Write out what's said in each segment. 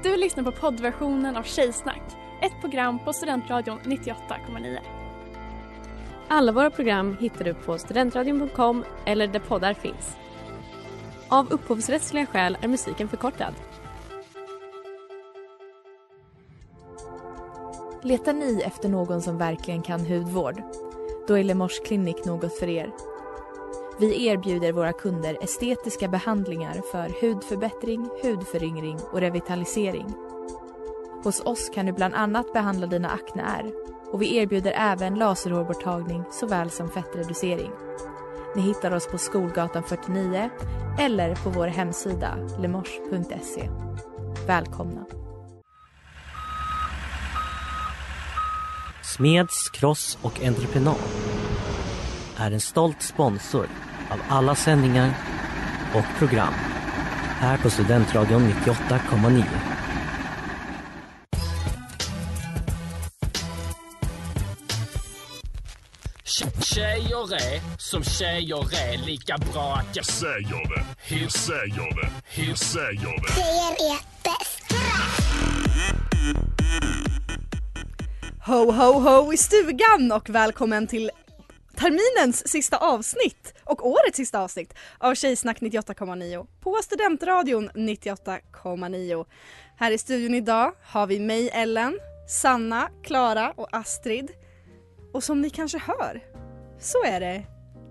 Du lyssnar på poddversionen av Tjejsnack, ett program på Studentradion 98,9. Alla våra program hittar du på studentradion.com eller där poddar finns. Av upphovsrättsliga skäl är musiken förkortad. Letar ni efter någon som verkligen kan hudvård? Då är Lemors klinik något för er. Vi erbjuder våra kunder estetiska behandlingar för hudförbättring, hudföryngring och revitalisering. Hos oss kan du bland annat behandla dina akneär och vi erbjuder även laserhårborttagning såväl som fettreducering. Ni hittar oss på Skolgatan 49 eller på vår hemsida lemors.se. Välkomna! Smeds, Cross och Entreprenad är en stolt sponsor av alla sändningar och program här på Studentradion 98,9. Tjejer är som tjejer är, lika bra att jag säger det. Hur säger det? Hur säger det? Tjejer är bäst. Ho, ho, ho i stugan och välkommen till terminens sista avsnitt och årets sista avsnitt av Tjejsnack 98,9 på Studentradion 98,9. Här i studion idag har vi mig, Ellen, Sanna, Klara och Astrid. Och som ni kanske hör så är det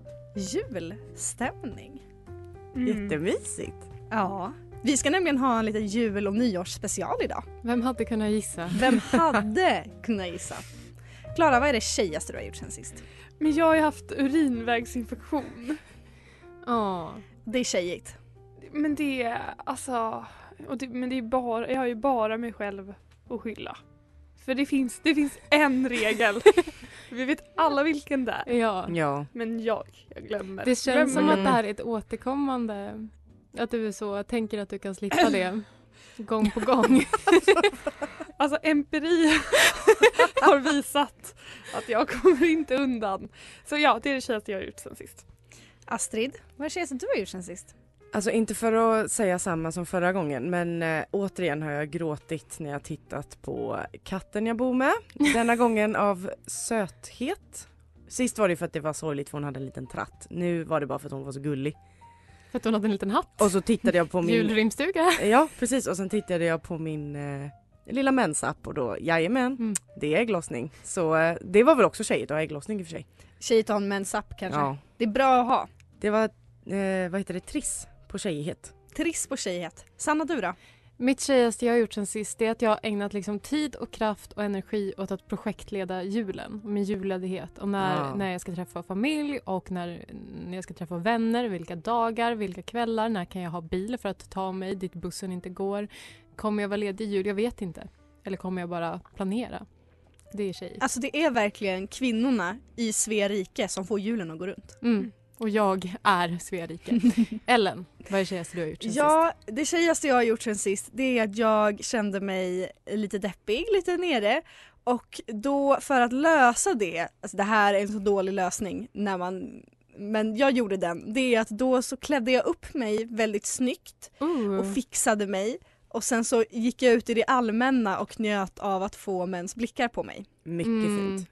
julstämning. Jättemysigt. Ja, vi ska nämligen ha en liten jul- och nyårsspecial idag. Vem hade kunnat gissa? Vem hade kunnat gissa? Klara, vad är det tjejigaste du har gjort sen sist? Men jag har ju haft urinvägsinfektion. Ja. Det är tjejigt. Men det är alltså... men det är bara, jag har ju bara mig själv att skylla. För det finns en regel. Vi vet alla vilken det är. Ja. Men jag glömmer. Det känns som att det här är ett återkommande... Att du så tänker att du kan slippa det gång på gång. Alltså empiri har visat att jag kommer inte undan. Så ja, det är det tjejigaste jag har gjort sen sist. Astrid, vad är det tjejigaste du har gjort sen sist? Alltså inte för att säga samma som förra gången, men återigen har jag gråtit när jag tittat på katten jag bor med. Denna gången av söthet. Sist var det för att det var sorgligt för hon hade en liten tratt. Nu var det bara för att hon var så gullig. För att hon hade en liten hatt. Och så tittade jag på min... Julrimstuga. Ja, precis. Och sen tittade jag på min lilla mensapp och då, jajamän, det är ägglossning. Så det var väl också tjejigt att ha ägglossning i och för sig. Tjejigt att ha en mensapp kanske. Ja. Det är bra att ha. Det var, vad heter det, triss på tjejighet. Triss på tjejighet. Sanna, du då? Mitt tjejigaste jag har gjort sen sist är att jag har ägnat liksom tid och kraft och energi åt att projektleda julen och min julledighet. Och när jag ska träffa familj och när jag ska träffa vänner, vilka dagar, vilka kvällar, när kan jag ha bil för att ta mig dit bussen inte går. Kommer jag vara ledig i jul? Jag vet inte. Eller kommer jag bara planera? Det är tjej. Alltså det är verkligen kvinnorna i Sverige som får julen att gå runt. Och jag är Sverige. Ellen, vad är det tjejigaste du har gjort sen sist? Ja, det tjejigaste jag har gjort sen sist, det är att jag kände mig lite deppig, lite nere. Och då för att lösa det, alltså det här är en så dålig lösning men jag gjorde den. Det är att då så klädde jag upp mig väldigt snyggt och fixade mig. Och sen så gick jag ut i det allmänna och njöt av att få mäns blickar på mig. Mycket fint.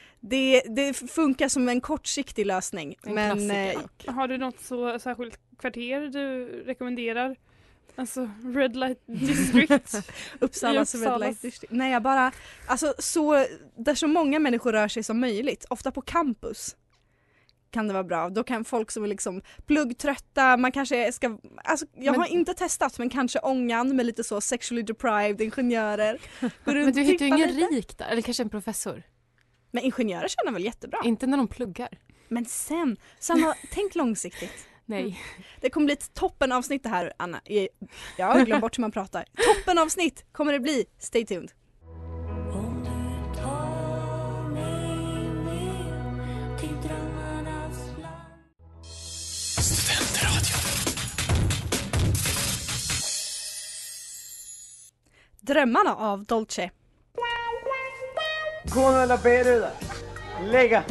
Det funkar som en kortsiktig lösning. Men har du något så särskilt kvarter du rekommenderar? Alltså Red Light District. Uppsalas Red Light District. Nej, jag bara alltså så där så många människor rör sig som möjligt, ofta på campus. Kan det vara bra. Då kan folk som är liksom pluggtrötta, man kanske ska, alltså jag har inte testat, men kanske ångan med lite så sexually deprived ingenjörer. Men du hittar ju ingen rik där, eller kanske en professor. Men ingenjörer känner väl jättebra. Inte när de pluggar. Men sen, Sanna, tänk långsiktigt. Nej. Det kommer bli ett toppenavsnitt det här, Anna. Jag har glömt bort hur man pratar. Toppenavsnitt kommer det bli. Stay tuned. Drömmarna av Dolce. Come la peruda. Lägga.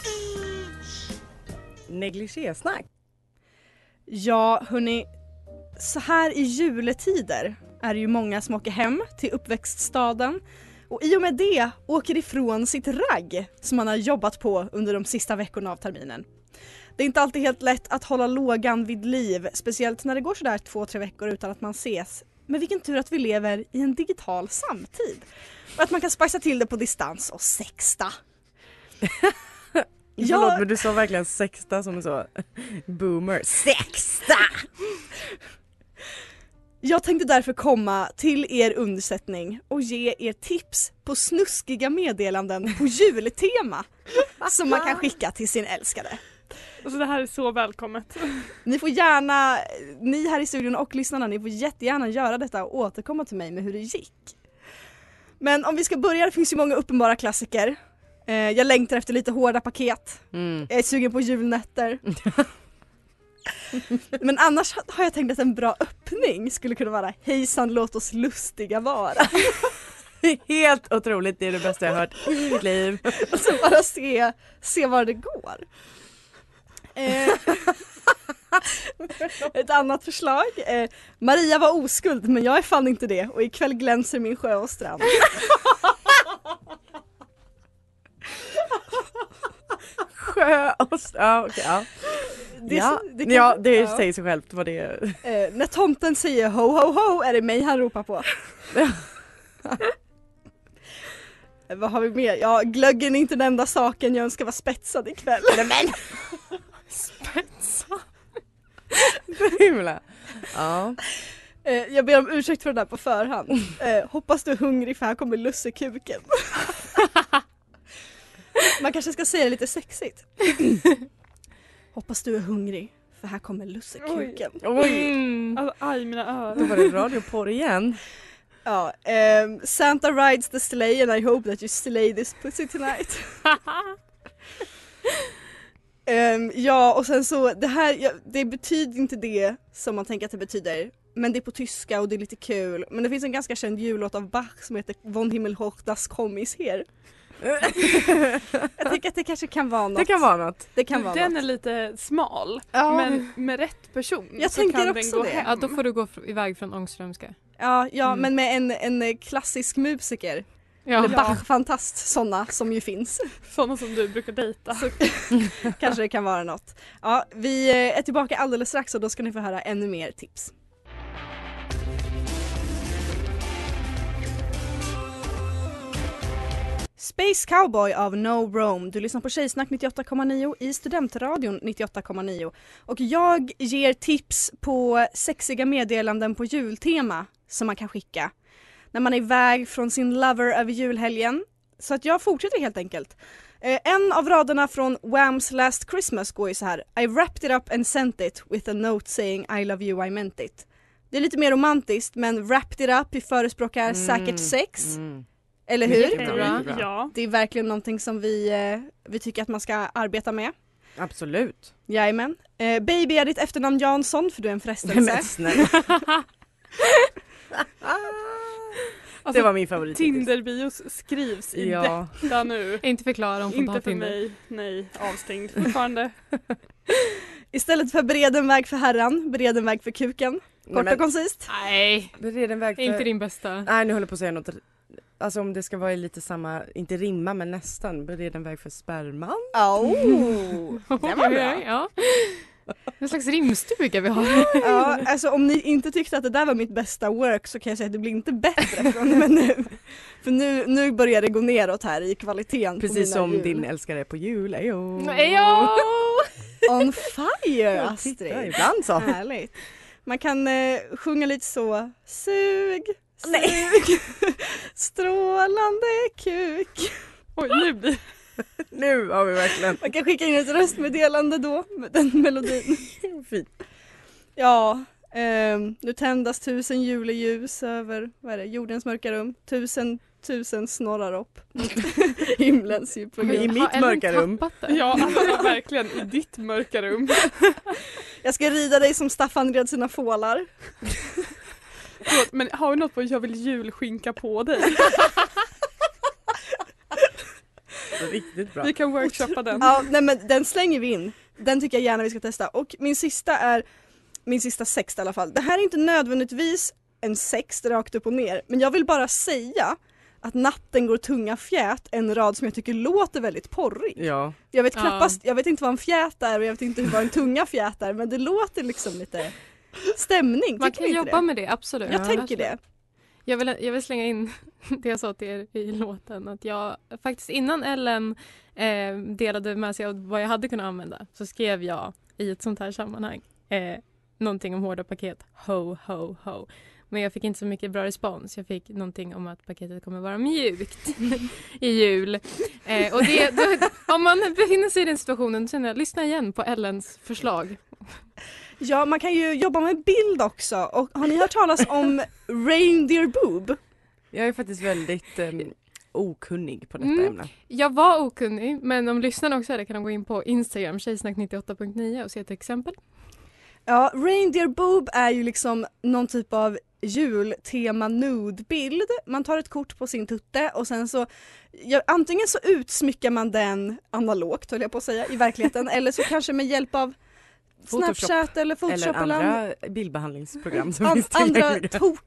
Negligésnack. Ja, hörni. så här i juletider är det ju många som åker hem till uppväxtstaden och i och med det åker ifrån sitt ragg som man har jobbat på under de sista veckorna av terminen. Det är inte alltid helt lätt att hålla lågan vid liv, speciellt när det går sådär 2-3 veckor utan att man ses. Men vilken tur att vi lever i en digital samtid. Och att man kan spicea till det på distans och sexta. Förlåt, men du sa verkligen sexta som så boomer. Sexta! Jag tänkte därför komma till er undsättning och ge er tips på snuskiga meddelanden på jultema som man kan skicka till sin älskade. Alltså det här är så välkommet. Ni får gärna, ni här i studion och lyssnarna, ni får jättegärna göra detta och återkomma till mig med hur det gick. Men om vi ska börja, det finns ju många uppenbara klassiker. Jag längtar efter lite hårda paket. Jag är sugen på julnätter. Men annars har jag tänkt att en bra öppning skulle kunna vara hejsan, låt oss lustiga vara. Helt otroligt, det är det bästa jag har hört i mitt liv. Och så bara se var det går. Ett annat förslag. Maria var oskuld men jag är fan inte det och ikväll glänser min sjö och strand. Sjö och strand, okej, ja. Det säger sig självt vad det är. När tomten säger ho ho ho är det mig han ropar på. Vad har vi mer? Ja, glöggen är inte den enda saken jag önskar vara spetsad ikväll. Men Spetsad. Himla. Ja. Jag ber om ursäkt för det där på förhand. Hoppas du är hungrig för här kommer lussekuken. Man kanske ska säga det lite sexigt. Hoppas du är hungrig för här kommer lussekuken. Oj. Alltså, aj mina öron. Då var det radio på det igen. Ja, Santa rides the sleigh and I hope that you slay this pussy tonight. Ja, och sen så det här, det betyder inte det som man tänker att det betyder, men det är på tyska och det är lite kul. Men det finns en ganska känd jullåt av Bach som heter Von Himmelhoch das komm is her. Jag tänker att det kanske kan vara något. Det kan vara något. Det kan vara Den något. är lite smal, Ja. men med rätt person Jag så tänker kan också den gå det. hem. Ja, då får du gå iväg från Ångströmska. Ja, men med en klassisk musiker. Ja. Eller Bach-fantast, sådana som ju finns. Sådana som du brukar dejta. Så kanske det kan vara något. Ja, vi är tillbaka alldeles strax och då ska ni få höra ännu mer tips. Space Cowboy av No Rome. Du lyssnar på Tjejsnack 98,9 i Studentradion 98,9. Och jag ger tips på sexiga meddelanden på jultema som man kan skicka när man är iväg från sin lover över julhelgen. Så att jag fortsätter helt enkelt. En av raderna från Wham's Last Christmas går ju så här: I wrapped it up and sent it with a note saying I love you, I meant it. Det är lite mer romantiskt, men wrapped it up förespråkar säkert sex. Eller hur? Mycket bra. Ja. Det är verkligen någonting som vi tycker att man ska arbeta med. Absolut. Jajamän. Baby är ditt efternamn Jansson för du är en frestelse. Men snälla. Alltså, det var min favorit. Tinder-bios skrivs i detta nu. Inte förklara om Inte för Tinder. mig, nej, avstängd fortfarande. Istället för bered en väg för herran, bered en väg för kuken. Kort och koncist. Nej, Bered en väg för... inte din bästa. Nej, nu håller jag på att säga något. Alltså om det ska vara lite samma, inte rimma men nästan. Bered en väg för sperman. Det var bra. Ja. En slags rimstuga vi har. Ja, alltså om ni inte tyckte att det där var mitt bästa work så kan jag säga att det blir inte bättre från och med nu. För nu börjar det gå neråt här i kvaliteten. Precis på mina som jul. din älskare på jul. Ejo. On fire, Astrid. Titta, ibland så. Härligt. Man kan sjunga lite så. Sug, strålande kuk. Oj, nu blir Nu har vi verkligen. Man kan skicka in ett röstmeddelande då med den melodin. Fint. Ja, nu tändas 1000 juleljus över jordens mörka rum. 1000 snorrar upp himlens djupa I grund. mitt mörka rum. ja, alltså, verkligen i ditt mörka rum. Jag ska rida dig som Staffan red sina fålar. Förlåt, men har vi något på jag vill julskinka på dig? Riktigt bra. Vi kan workshoppa den. Ja, nej men den slänger vi in. Den tycker jag gärna vi ska testa. Och min sista är min sista sext i alla fall. Det här är inte nödvändigtvis en sext rakt upp och ner, men jag vill bara säga att natten går tunga fjät, en rad som jag tycker låter väldigt porrig. Ja. Jag vet knappast, jag vet inte vad en fjät är och jag vet inte vad en tunga fjät är, men det låter liksom lite stämning. Man kan jobba med det, absolut. Jag tänker det. Jag vill slänga in det jag sa till er i låten. Att jag faktiskt innan Ellen delade med sig av vad jag hade kunnat använda, så skrev jag i ett sånt här sammanhang någonting om hårda paket. Ho, ho, ho. Men jag fick inte så mycket bra respons. Jag fick någonting om att paketet kommer vara mjukt i jul. Och om man befinner sig i den situationen, så lyssna igen på Ellens förslag. Ja, man kan ju jobba med bild också. Och har ni hört talas om reindeer boob? Jag är faktiskt väldigt okunnig på detta ämne. Jag var okunnig, men om lyssnarna också är det kan de gå in på Instagram, tjejsnack98.9 och se ett exempel. Ja, reindeer boob är ju liksom någon typ av jultema nude-bild. Man tar ett kort på sin tutte och sen så antingen så utsmyckar man den analogt, höll jag på att säga, i verkligheten, eller så kanske med hjälp av Snapchat eller Photoshop eller andra bildbehandlingsprogram som finns andra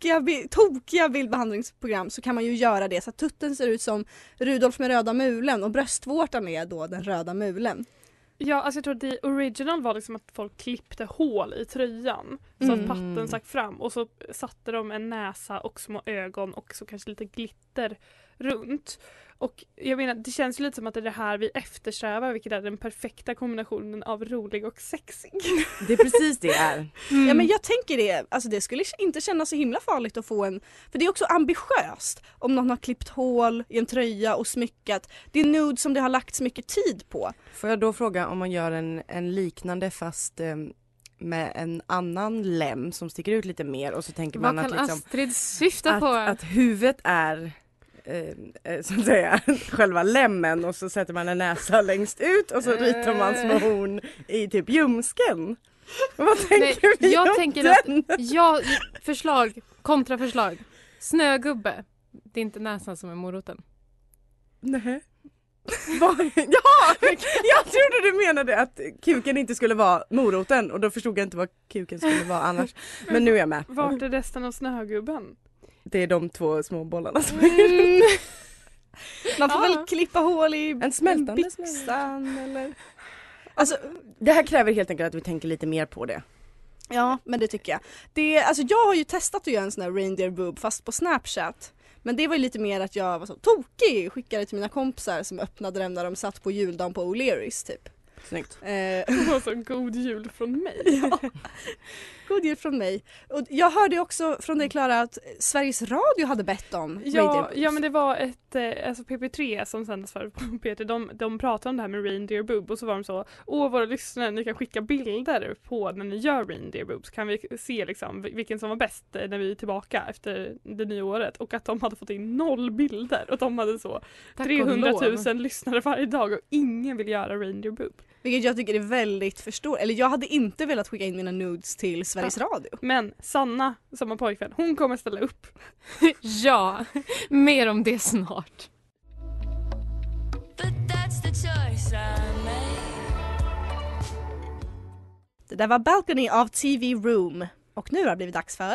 tokiga bildbehandlingsprogram, så kan man ju göra det så att tutten ser ut som Rudolf med röda mulen och bröstvårtan är då den röda mulen. Ja, alltså jag tror att det original var liksom att folk klippte hål i tröjan så att patten stack fram och så satte de en näsa och små ögon och så kanske lite glitter runt. Och jag menar, det känns ju lite som att det är det här vi eftersträvar, vilket är den perfekta kombinationen av rolig och sexig. Det är precis det är. Ja, men jag tänker det, alltså det skulle inte kännas så himla farligt att få en, för det är också ambitiöst om någon har klippt hål i en tröja och smyckat. Det är nude som det har lagts mycket tid på. Får jag då fråga om man gör en liknande fast med en annan lem som sticker ut lite mer och så tänker man att, liksom, Astrid syfta på? Att huvudet är så att säga själva lemmen och så sätter man en näsa längst ut och så ritar man små horn i typ ljumsken. Vad tänker vi jag om tänker den? Kontraförslag. Snögubbe. Det är inte näsan som är moroten. Nej. Ja, jag trodde du menade att kuken inte skulle vara moroten och då förstod jag inte vad kuken skulle vara annars. Men nu är jag med. Vart är resten av snögubben? Det är de två små bollarna som Man får väl klippa hål i en smältande byxan eller... Alltså, det här kräver helt enkelt att vi tänker lite mer på det. Ja, men det tycker jag. Alltså jag har ju testat att göra en sån här reindeer boob fast på Snapchat. Men det var ju lite mer att jag var så tokig, skickade till mina kompisar som öppnade den när de satt på juldagen på O'Learys typ. Snyggt. Det var så god jul från mig. Ja. God jul från mig. Och jag hörde också från dig, Klara, att Sveriges Radio hade bett om ja, men det var ett alltså PP3 som sändes för P3. De pratade om det här med reindeer boob och så var de så: våra lyssnare, ni kan skicka bilder på när ni gör reindeer boob, så kan vi se liksom vilken som var bäst när vi är tillbaka efter det nya året. Och att de hade fått in 0 bilder och de hade så 300 000 lyssnare varje dag och ingen vill göra reindeer boob. Vilket jag tycker är väldigt förståeligt. Eller jag hade inte velat skicka in mina nudes till Sveriges Radio. Men Sanna, som har pojkvän, hon kommer ställa upp. Ja, mer om det snart. Det där var Balcony av TV Room. Och nu har det blivit dags för...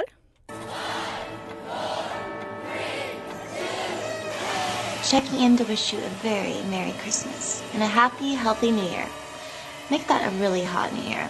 Checking in to wish you a very Merry Christmas and a happy, healthy New Year. Make that a really hot New Year.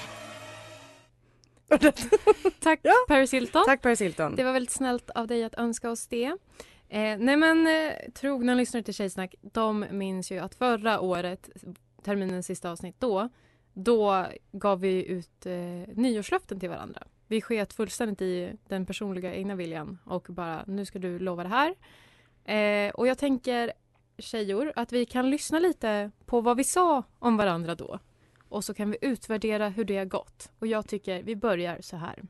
Tack Paris Hilton. Tack Paris Hilton. Det var väldigt snällt av dig att önska oss det. Trogna lyssnare till Tjejsnack, de minns ju att förra året, terminens sista avsnitt då gav vi ut nyårslöften till varandra. Vi sket fullständigt i den personliga egna viljan och bara, nu ska du lova det här. Och jag tänker, tjejor, att vi kan lyssna lite på vad vi sa om varandra då. Och så kan vi utvärdera hur det har gått. Och jag tycker vi börjar så här.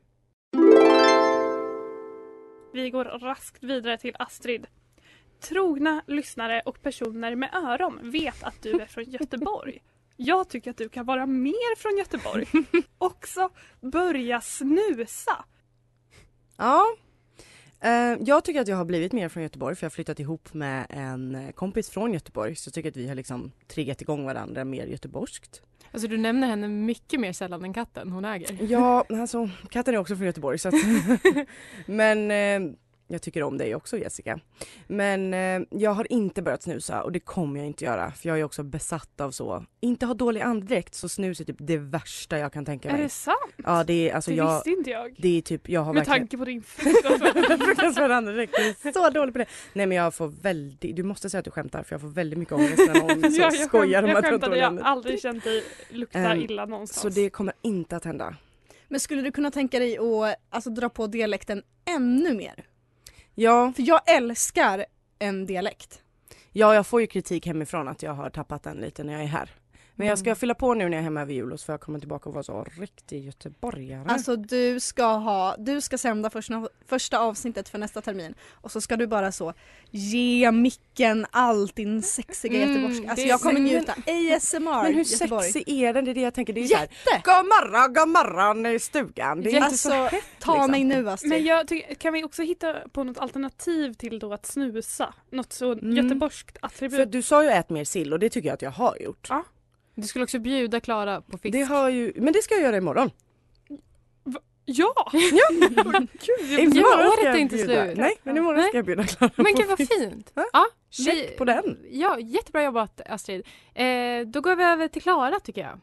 Vi går raskt vidare till Astrid. Trogna lyssnare och personer med öron vet att du är från Göteborg. Jag tycker att du kan vara mer från Göteborg. Också börja snusa. Ja. Jag tycker att jag har blivit mer från Göteborg för jag har flyttat ihop med en kompis från Göteborg. Så jag tycker att vi har liksom triggat igång varandra mer göteborgskt. Alltså du nämner henne mycket mer sällan än katten hon äger. Ja, alltså katten är också från Göteborg. Så att men jag tycker om dig också, Jessica. Men jag har inte börjat snusa och det kommer jag inte göra. För jag är också besatt av så. Inte ha dålig andedräkt, så snus är typ det värsta jag kan tänka mig. Är det sant? Ja, det är alltså det visste inte jag. Det är typ, jag har med verkligen... tanke på din fruktansvärda andedräkt. Jag är så dålig på det. Nej, men jag får väldigt... Du måste säga att du skämtar för jag får väldigt mycket ångest när någon så skojar om att jag skämtade, jag har aldrig känt dig lukta illa någonstans. Så det kommer inte att hända. Men skulle du kunna tänka dig att alltså, dra på dialekten ännu mer? Ja. För jag älskar en dialekt. Ja, jag får ju kritik hemifrån att jag har tappat den lite när jag är här. Men jag ska fylla på nu när jag är hemma över jul och så får jag komma tillbaka och vara så riktig göteborgare. Alltså du ska sända första avsnittet för nästa termin och så ska du bara så ge micken allt din sexiga göteborgska. Alltså jag kommer njuta. ASMR. Men hur Göteborg. sexig är den? Det är det jag tänker. Det är jätte! God morgon i stugan. Det är inte så hett, ta liksom. mig nu Astrid. Men jag tycker, kan vi också hitta på något alternativ till då att snusa? Något så göteborgskt attribut. För du sa ju ät mer sill och det tycker jag att jag har gjort. Ja. Du skulle också bjuda Klara på fisk. Det har ju, men det ska jag göra imorgon. Ja! Gud, året är inte slut. Nej, men imorgon ska jag bjuda Klara på men gud vad fisk. fint. Ja, check på den. Ja, jättebra jobbat Astrid. Då går vi över till Klara tycker jag.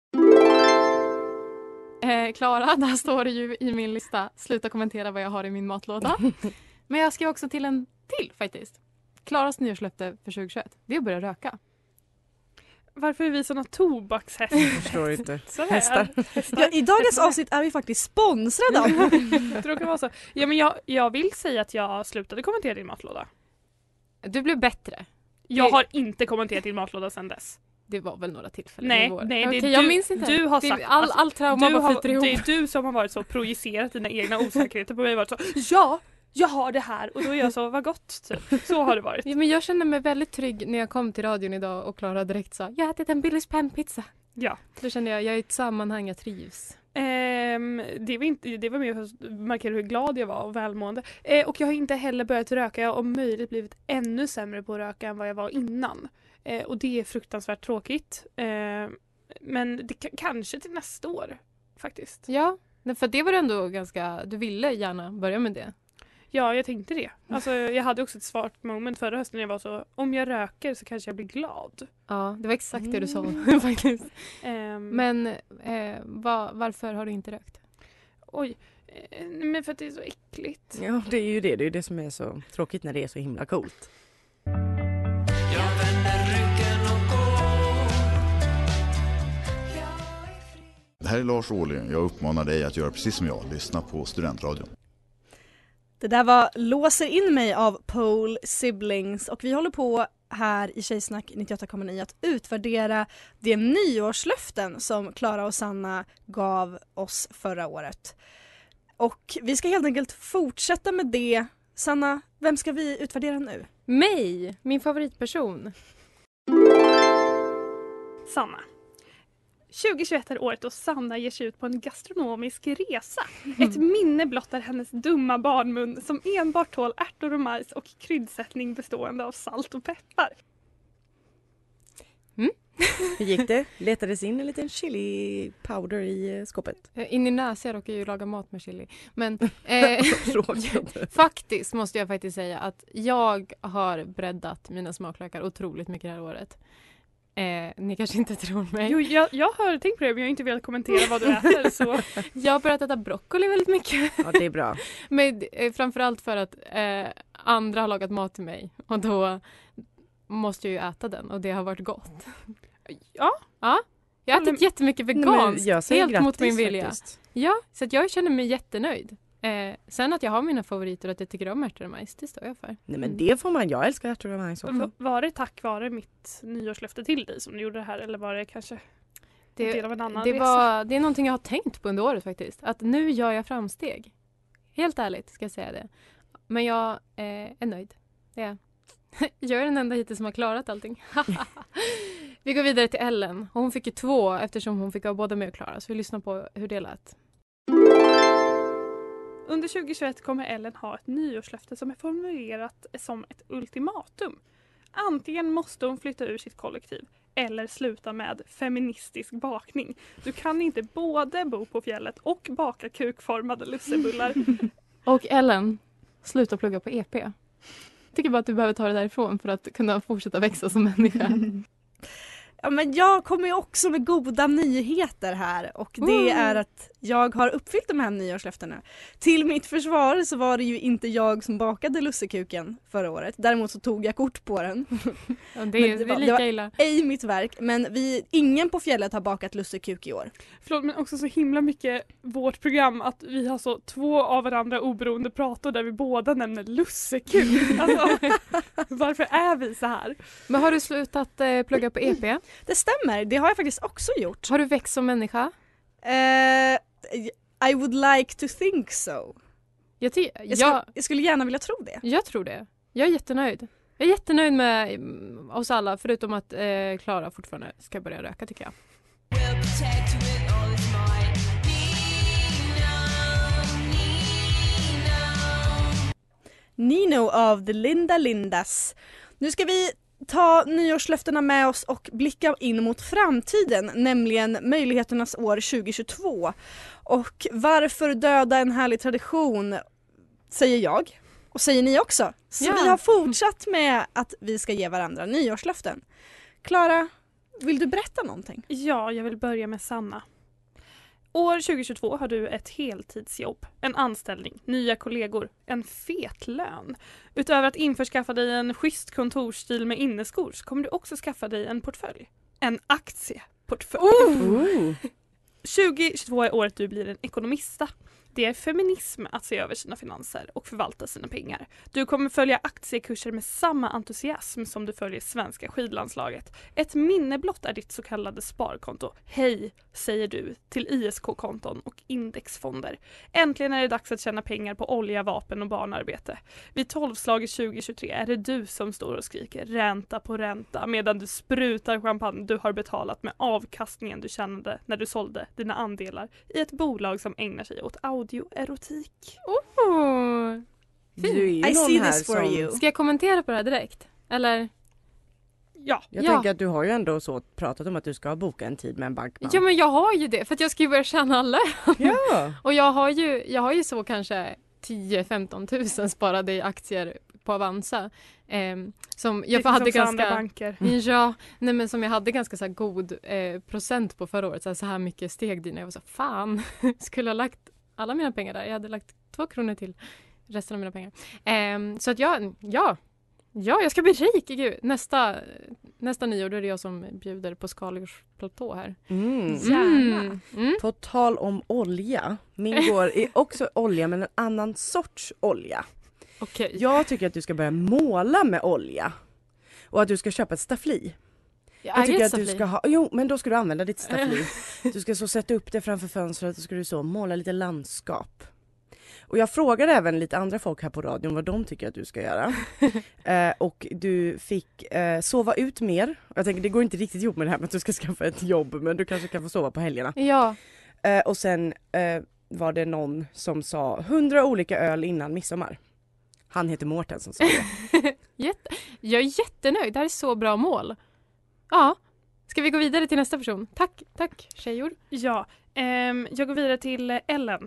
Klara, där står det ju i min lista. Sluta kommentera vad jag har i min matlåda. Men jag ska också till en till faktiskt. Klaras nyårslöfte för 2021. Det är att börja röka. Varför är vi såna tobakshästar? Jag förstår inte. Hästar. Ja, i dagens avsnitt är vi faktiskt sponsrade av. Det råkar vara så. Ja, men jag vill säga att jag slutade kommentera din matlåda. Du blev bättre. Jag har inte kommenterat din matlåda sedan dess. Det var väl några tillfällen nej, i vår. Nej, okay, jag minns inte. Du har sagt all trauma bara flyter ihop. Det är du som har varit så projicerat dina egna osäkerheter på mig. Varit så, ja, jag har det här. Och då är jag så, vad gott. Typ. Så har det varit. Ja, men jag kände mig väldigt trygg när jag kom till radion idag och Klara direkt sa, jag har ätit en Billys pannpizza. Ja. Då kände jag är i ett sammanhang jag trivs. Det var mer för att markera hur glad jag var och välmående. Och jag har inte heller börjat röka. Jag har om möjligt blivit ännu sämre på att röka än vad jag var innan. Och det är fruktansvärt tråkigt. Men det kanske till nästa år faktiskt. Ja, för det var ändå ganska... Du ville gärna börja med det. Ja, jag tänkte det. Alltså, jag hade också ett svart moment förra hösten när jag var så, om jag röker så kanske jag blir glad. Ja, det var exakt det du sa faktiskt. Men varför har du inte rökt? Oj, men för att det är så äckligt. Ja, det är ju det. Det är det som är så tråkigt när det är så himla coolt. Det här är Lars Ohly. Jag uppmanar dig att göra precis som jag. Lyssna på Studentradion. Det där var Låser in mig av Pole Siblings och vi håller på här i Tjejsnack 98,9 att utvärdera de nyårslöften som Klara och Sanna gav oss förra året. Och vi ska helt enkelt fortsätta med det. Sanna, vem ska vi utvärdera nu? Mig, min favoritperson. Sanna. 2021 är året då Sanna ger sig ut på en gastronomisk resa. Ett minne blottar hennes dumma barnmun som enbart tål ärtor och majs och kryddsättning bestående av salt och peppar. Hur gick det? Letades in en liten chili powder i skåpet? In i näsan, jag råkar ju laga mat med chili. Men faktiskt måste jag faktiskt säga att jag har breddat mina smaklökar otroligt mycket det här året. Ni kanske inte tror mig. Jo, jag har tänkt på det men jag har inte velat kommentera vad du äter. Så. Jag har börjat äta broccoli väldigt mycket. Ja, det är bra. Men framförallt för att andra har lagat mat till mig. Och då måste jag ju äta den och det har varit gott. Ja. Jag har ätit jättemycket veganskt, helt mot min vilja. Faktiskt. Ja, så att jag känner mig jättenöjd. Sen att jag har mina favoriter och att jag tycker om ärtor och majs, det står jag för. Nej men det får man, jag älskar ärtor och majs också. Var det tack vare mitt nyårslöfte till dig som du gjorde det här eller var det kanske en del av en annan resa? Det är någonting jag har tänkt på under året faktiskt. Att nu gör jag framsteg. Helt ärligt ska jag säga det. Men jag är nöjd. Ja. Jag är den enda hittills som har klarat allting. Vi går vidare till Ellen. Hon fick ju 2 eftersom hon fick ha båda med och klara. Så vi lyssnar på hur det lät. Under Under 2021 kommer Ellen ha ett nyårslöfte som är formulerat som ett ultimatum. Antingen måste hon flytta ur sitt kollektiv eller sluta med feministisk bakning. Du kan inte både bo på fjället och baka kukformade lussebullar. Och Ellen, sluta plugga på EP. Jag tycker bara att du behöver ta det därifrån för att kunna fortsätta växa som människa. Ja, men jag kommer ju också med goda nyheter här och det är att jag har uppfyllt de här nyårslöftena. Till mitt försvar så var det ju inte jag som bakade lussekuken förra året. Däremot så tog jag kort på den. Ja, det är lika illa. Det var ej mitt verk, men ingen på fjället har bakat lussekuk i år. Förlåt, men också så himla mycket vårt program att vi har så 2 av varandra oberoende prator där vi båda nämner lussekuk. Alltså, varför är vi så här? Men har du slutat plugga på EP? Det stämmer, det har jag faktiskt också gjort. Har du växt som människa? I would like to think so. Jag skulle gärna vilja tro det. Jag tror det. Jag är jättenöjd. Jag är jättenöjd med oss alla förutom att Klara fortfarande ska börja röka tycker jag. Nino av The Linda Lindas. Nu ska vi ta nyårslöftena med oss och blicka in mot framtiden, nämligen möjligheternas år 2022. Och varför döda en härlig tradition, säger jag. Och säger ni också. Så vi har fortsatt med att vi ska ge varandra nyårslöften. Klara, vill du berätta någonting? Ja, jag vill börja med Sanna. År 2022 har du ett heltidsjobb, en anställning, nya kollegor, en fet lön. Utöver att införskaffa dig en schysst kontorsstil med inneskor så kommer du också skaffa dig en portfölj. En aktieportfölj. 2022 är året du blir en ekonomista. Det är feminism att se över sina finanser och förvalta sina pengar. Du kommer följa aktiekurser med samma entusiasm som du följer svenska skidlandslaget. Ett minne blott är ditt så kallade sparkonto. Hej, säger du till ISK-konton och indexfonder. Äntligen är det dags att tjäna pengar på olja, vapen och barnarbete. Vid 12-slaget 2023 är det du som står och skriker ränta på ränta medan du sprutar champagne du har betalat med avkastningen du tjänade när du sålde dina andelar i ett bolag som ägnar sig åt audioerotik. I see this for you. Ska jag kommentera på det här direkt? Eller? Ja. Jag tänker att du har ju ändå så pratat om att du ska boka en tid med en bankman. Ja, men jag har ju det för att jag ska ju börja tjäna lön. Ja. Och jag har ju så kanske 10-15 000 sparade i aktier på Avanza. Som jag hade ganska banker. Ja, nej men som jag hade ganska så här god procent på förra året, så här mycket steg dit när jag var så fan, skulle ha lagt alla mina pengar där. Jag hade lagt 2 kronor till resten av mina pengar. Så att jag ska bli rik. Gud. Nästa nyår då är det jag som bjuder på skaldjursplatå här. Gärna. På tal om olja, min går är också olja men en annan sorts olja. Okay. Jag tycker att du ska börja måla med olja och att du ska köpa ett staffli. Jag tycker att du ska ha, men då ska du använda ditt staffli. Du ska så sätta upp det framför fönstret och ska du så måla lite landskap. Och jag frågade även lite andra folk här på radion vad de tycker att du ska göra. Och du fick sova ut mer. Jag tänker det går inte riktigt ihop med det här med att du ska skaffa ett jobb, men du kanske kan få sova på helgerna. Ja. Och sen var det någon som sa 100 olika öl innan midsommar. Han heter Mårten som sa det. Jag är jättenöjd. Det här är så bra mål. Ja. Ska vi gå vidare till nästa person? Tack tjejor. Ja, jag går vidare till Ellen.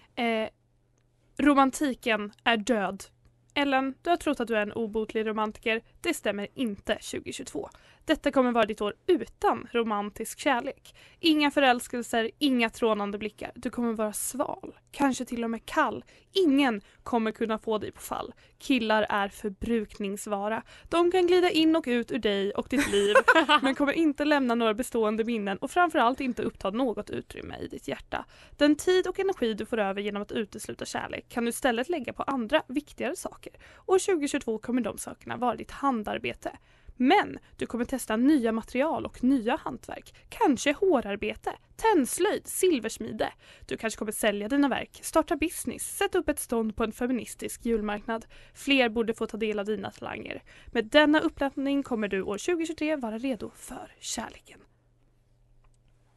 Romantiken är död. Ellen, du har trott att du är en obotlig romantiker. Det stämmer inte 2022. Detta kommer vara ditt år utan romantisk kärlek. Inga förälskelser, inga trånande blickar. Du kommer vara sval, kanske till och med kall. Ingen kommer kunna få dig på fall. Killar är förbrukningsvara. De kan glida in och ut ur dig och ditt liv, men kommer inte lämna några bestående minnen och framförallt inte uppta något utrymme i ditt hjärta. Den tid och energi du får över genom att utesluta kärlek kan du istället lägga på andra, viktigare saker. År 2022 kommer de sakerna vara ditt handarbete. Men du kommer testa nya material och nya hantverk. Kanske hårarbete, tändslöjd, silversmide. Du kanske kommer sälja dina verk, starta business, sätta upp ett stånd på en feministisk julmarknad. Fler borde få ta del av dina talanger. Med denna uppladdning kommer du år 2023 vara redo för kärleken.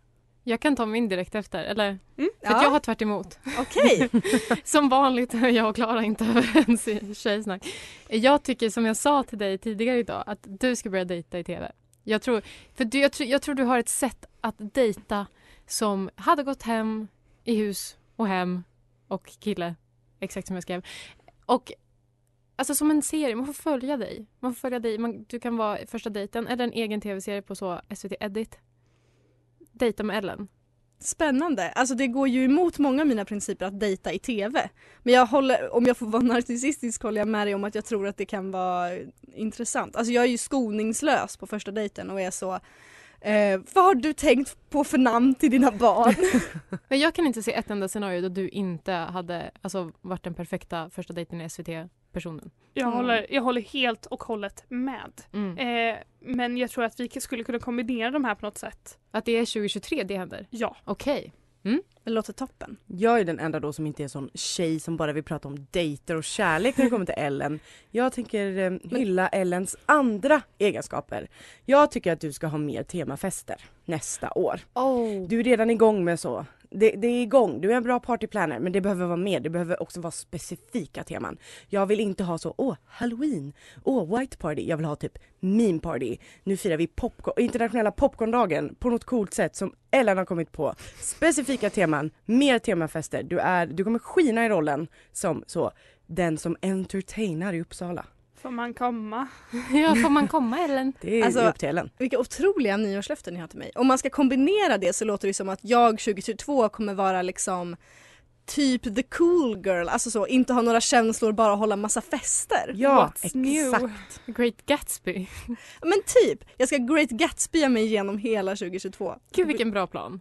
Jag kan ta min direkt efter, eller? För att jag har tvärt emot. Okej. Som vanligt är jag och Klara inte överens i tjejsnack. Jag tycker, som jag sa till dig tidigare idag, att du ska börja dejta i tv. Jag tror du har ett sätt att dejta som hade gått hem i hus och hem och kille, exakt som jag skrev. Och alltså som en serie, man får följa dig. Du kan vara första dejten eller en egen tv-serie på så SVT Edit. Dejta med Ellen. Spännande. Alltså det går ju emot många av mina principer att dejta i tv. Men om jag får vara narcissistisk håller jag med dig om att jag tror att det kan vara intressant. Alltså jag är ju skoningslös på första dejten och är så vad har du tänkt på för namn till dina barn? Men jag kan inte se ett enda scenario där du inte hade varit den perfekta första dejten i SVT-personen. Jag håller helt och hållet med. Men jag tror att vi skulle kunna kombinera de här på något sätt. Att det är 2023 det händer? Ja. Okej. Det låter toppen. Jag är den enda då som inte är sån tjej som bara vill prata om dejter och kärlek när det kommer till Ellen. Jag tänker hylla Ellens andra egenskaper. Jag tycker att du ska ha mer temafester nästa år. Du är redan igång med så. Det är igång. Du är en bra partyplanner, men det behöver vara mer. Det behöver också vara specifika teman. Jag vill inte ha så, Halloween, white party. Jag vill ha typ meme party. Nu firar vi internationella popcorndagen på något coolt sätt som Ellen har kommit på. Specifika teman, mer temafester. Du kommer skina i rollen som så den som entertainar i Uppsala. Får man komma? Ja, får man komma, Ellen? Det är upp till Ellen. Vilka otroliga nyårslöften ni har till mig. Om man ska kombinera det så låter det som att jag 2022 kommer vara liksom typ the cool girl. Alltså så, inte ha några känslor, bara hålla massa fester. Ja, What's exakt. Great Gatsby. Men typ, jag ska Great Gatsby mig igenom hela 2022. Gud, vilken bra plan.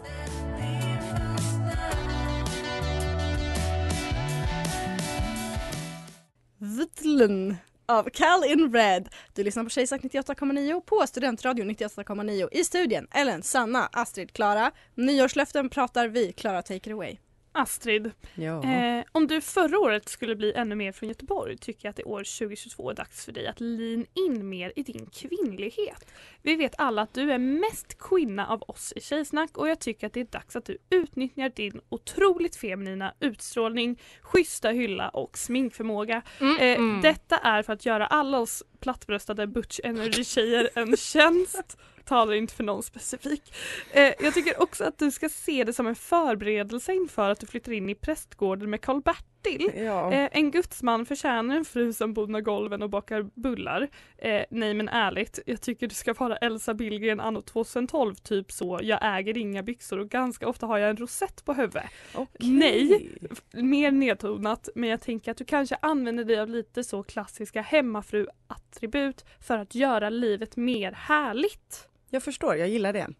Vtln av Cal in Red. Du lyssnar på Tjejsnack 98,9 på Studentradion 98,9. I studien Ellen, Sanna, Astrid, Klara. Nyårslöften pratar vi. Klara, take it away. Astrid, Ja. Om du förra året skulle bli ännu mer från Göteborg tycker jag att det år 2022 är dags för dig att lean in mer i din kvinnlighet. Vi vet alla att du är mest kvinna av oss i Tjejsnack och jag tycker att det är dags att du utnyttjar din otroligt feminina utstrålning, schyssta hylla och sminkförmåga. Detta är för att göra alla oss plattbröstade butch energy-tjejer en tjänst. Talar inte för någon specifik. Jag tycker också att du ska se det som en förberedelse inför att du flyttar in i prästgården med Karl-Bertil. Ja. En gudsman förtjänar en fru som bonar golven och bakar bullar. Nej men ärligt, jag tycker du ska vara Elsa Billgren anno 2012 typ så. Jag äger inga byxor och ganska ofta har jag en rosett på huvudet. Okay. Nej, mer nedtonat, men jag tänker att du kanske använder dig av lite så klassiska hemmafru-attribut för att göra livet mer härligt. Jag förstår, jag gillar det.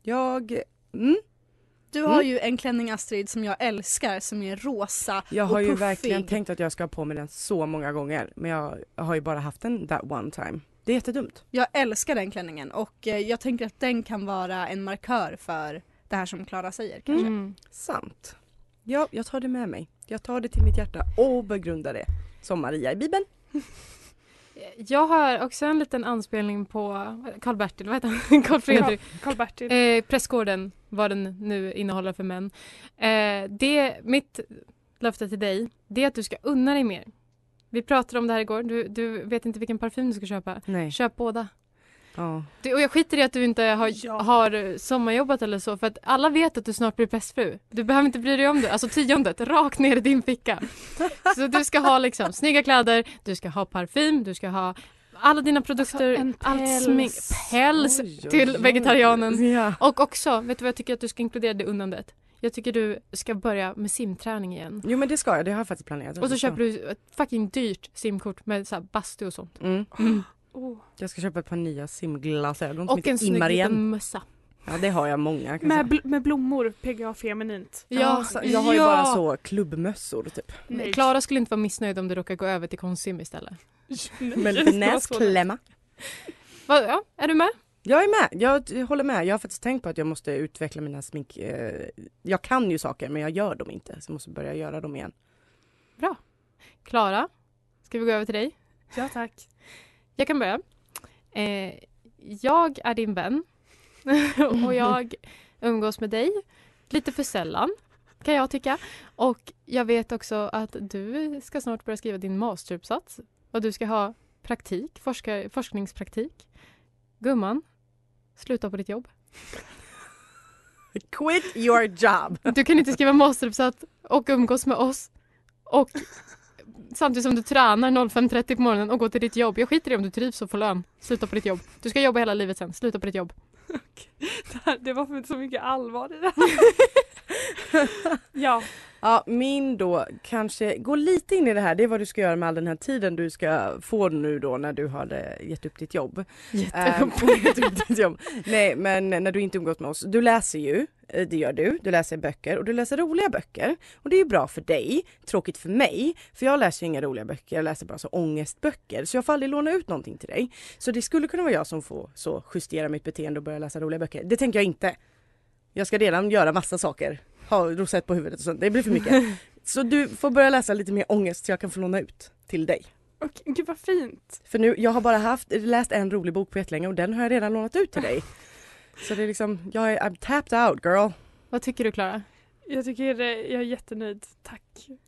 Du har ju en klänning, Astrid, som jag älskar, som är rosa. Jag har och ju puffig. verkligen tänkt att jag ska ha på mig den så många gånger. Men jag har ju bara haft den that one time. Det är jättedumt. Jag älskar den klänningen och jag tänker att den kan vara en markör för det här som Klara säger kanske. Sant. Ja, jag tar det med mig. Jag tar det till mitt hjärta och begrundar det. Som Maria i Bibeln. Jag har också en liten anspelning på Karl-Bertil, vad heter han? Karl-Fredrik. Karl-Bertil. Prästgården, vad den nu innehåller för män. Mitt löfte till dig, det är att du ska unna dig mer. Vi pratade om det här igår. Du vet inte vilken parfym du ska köpa. Nej. Köp båda. Ja. Och jag skiter i att du inte har sommarjobbat eller så. För att alla vet att du snart blir prästfru. Du behöver inte bry dig om det. Alltså 10:e, rakt ner i din ficka. Så du ska ha liksom snygga kläder. Du ska ha parfym. Du ska ha alla dina produkter. Alltså, allt smink. Päls till vegetarianen. Ja. Och också, vet du vad jag tycker att du ska inkludera det unnandet? Jag tycker du ska börja med simträning igen. Jo men det ska jag, det har jag faktiskt planerat. Och så köper du ett fucking dyrt simkort med så här bastu och sånt. Jag ska köpa ett par nya simglasögon och en snygg liten mössa. Ja, det har jag många. Med blommor, PGA feminint. Ja, jag har ju bara så klubbmössor typ. Klara skulle inte vara missnöjd om du råkar gå över till Konsum istället. Med lite näsklämma. Ja, är du med? Jag är med, jag håller med. Jag har faktiskt tänkt på att jag måste utveckla mina smink. Jag kan ju saker men jag gör dem inte. Så jag måste börja göra dem igen. Bra. Klara, ska vi gå över till dig? Ja, tack. Jag kan börja. Jag är din vän. Och jag umgås med dig lite för sällan, kan jag tycka. Och jag vet också att du ska snart börja skriva din masteruppsats. Och du ska ha praktik, forskningspraktik. Gumman, sluta på ditt jobb. Quit your job. Du kan inte skriva masteruppsats och umgås med oss. Och samtidigt som du tränar 05:30 på morgonen och går till ditt jobb. Jag skiter i om du trivs och får lön. Sluta på ditt jobb. Du ska jobba hela livet sen. Sluta på ditt jobb. Det var för så mycket allvar i det. Ja. Ja, min då kanske gå lite in i det här. Det är vad du ska göra med all den här tiden du ska få nu då när du har gett upp ditt jobb. Gett upp ditt jobb. Nej, men när du inte umgås med oss. Du läser ju, det gör du. Du läser böcker och du läser roliga böcker. Och det är ju bra för dig. Tråkigt för mig. För jag läser ju inga roliga böcker. Jag läser bara så ångestböcker. Så jag får aldrig låna ut någonting till dig. Så det skulle kunna vara jag som får så justera mitt beteende och börja läsa roliga böcker. Det tänker jag inte. Jag ska redan göra massa saker. Ha rosett på huvudet och sånt. Det blir för mycket. Så du får börja läsa lite mer ångest så jag kan få låna ut till dig. Okej, gud vad fint. För nu, jag har bara läst en rolig bok på jättelänge och den har jag redan lånat ut till dig. Så det är liksom, I'm tapped out, girl. Vad tycker du, Klara? Jag är jättenöjd. Tack.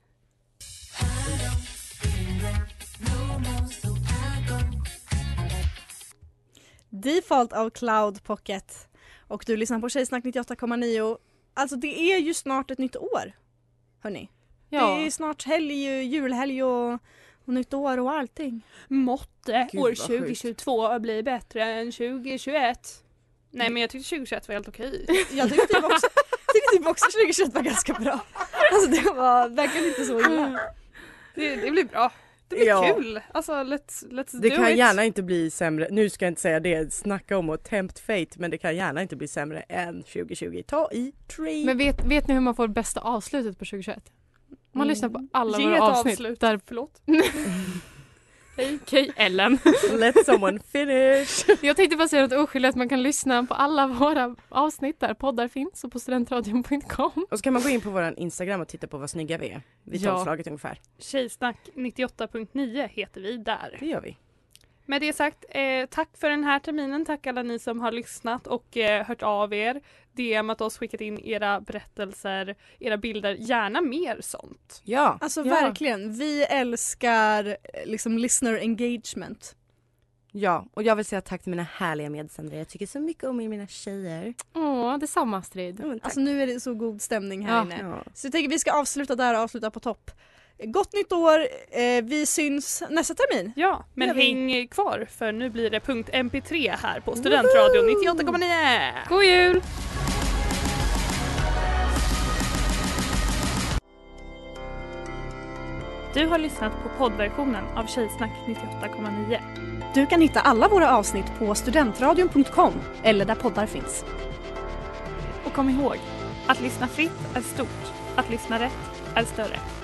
Default av Cloud Pocket. Och du lyssnar på Tjejsnack 98,9. Alltså det är ju snart ett nytt år. Hörni. Ja. Det är snart julhelg och nytt år och allting. Måtte år 2022 bli bättre än 2021. Nej, men jag tyckte 2021 var helt okej. Jag tyckte typ också 2021 var ganska bra. Alltså det var verkligen inte så illa. Det blir bra. Det blir kul. Alltså let's do it. Det kan gärna inte bli sämre. Nu ska jag inte säga det. Snacka om att tempt fate. Men det kan gärna inte bli sämre än 2020. Ta i tree. Men vet ni hur man får det bästa avslutet på 2021? Man lyssnar på alla våra avsnitt. Avslut. Förlåt. Hej Ellen. Let someone finish. Jag tänkte bara säga något oskyldigt att man kan lyssna på alla våra avsnitt där poddar finns och på studentradion.com. Och så kan man gå in på vår Instagram och titta på vad snygga vi är. Vid tolvslaget ungefär. Tjejsnack 98.9 heter vi där. Det gör vi. Med det sagt, tack för den här terminen. Tack alla ni som har lyssnat och hört av er. DMat oss, skickat in era berättelser, era bilder. Gärna mer sånt. Ja. Alltså verkligen. Vi älskar liksom listener engagement. Ja, och jag vill säga tack till mina härliga medsändare. Jag tycker så mycket om er, mina tjejer. Detsamma, Astrid. Alltså nu är det så god stämning här inne. Ja. Så jag tänker vi ska avsluta där och avsluta på topp. Gott nytt år, vi syns nästa termin. Ja, men häng kvar för nu blir det .mp3 här på Studentradion 98,9. God jul! Du har lyssnat på poddversionen av Tjejsnack 98,9. Du kan hitta alla våra avsnitt på studentradion.com eller där poddar finns. Och kom ihåg, att lyssna fritt är stort, att lyssna rätt är större.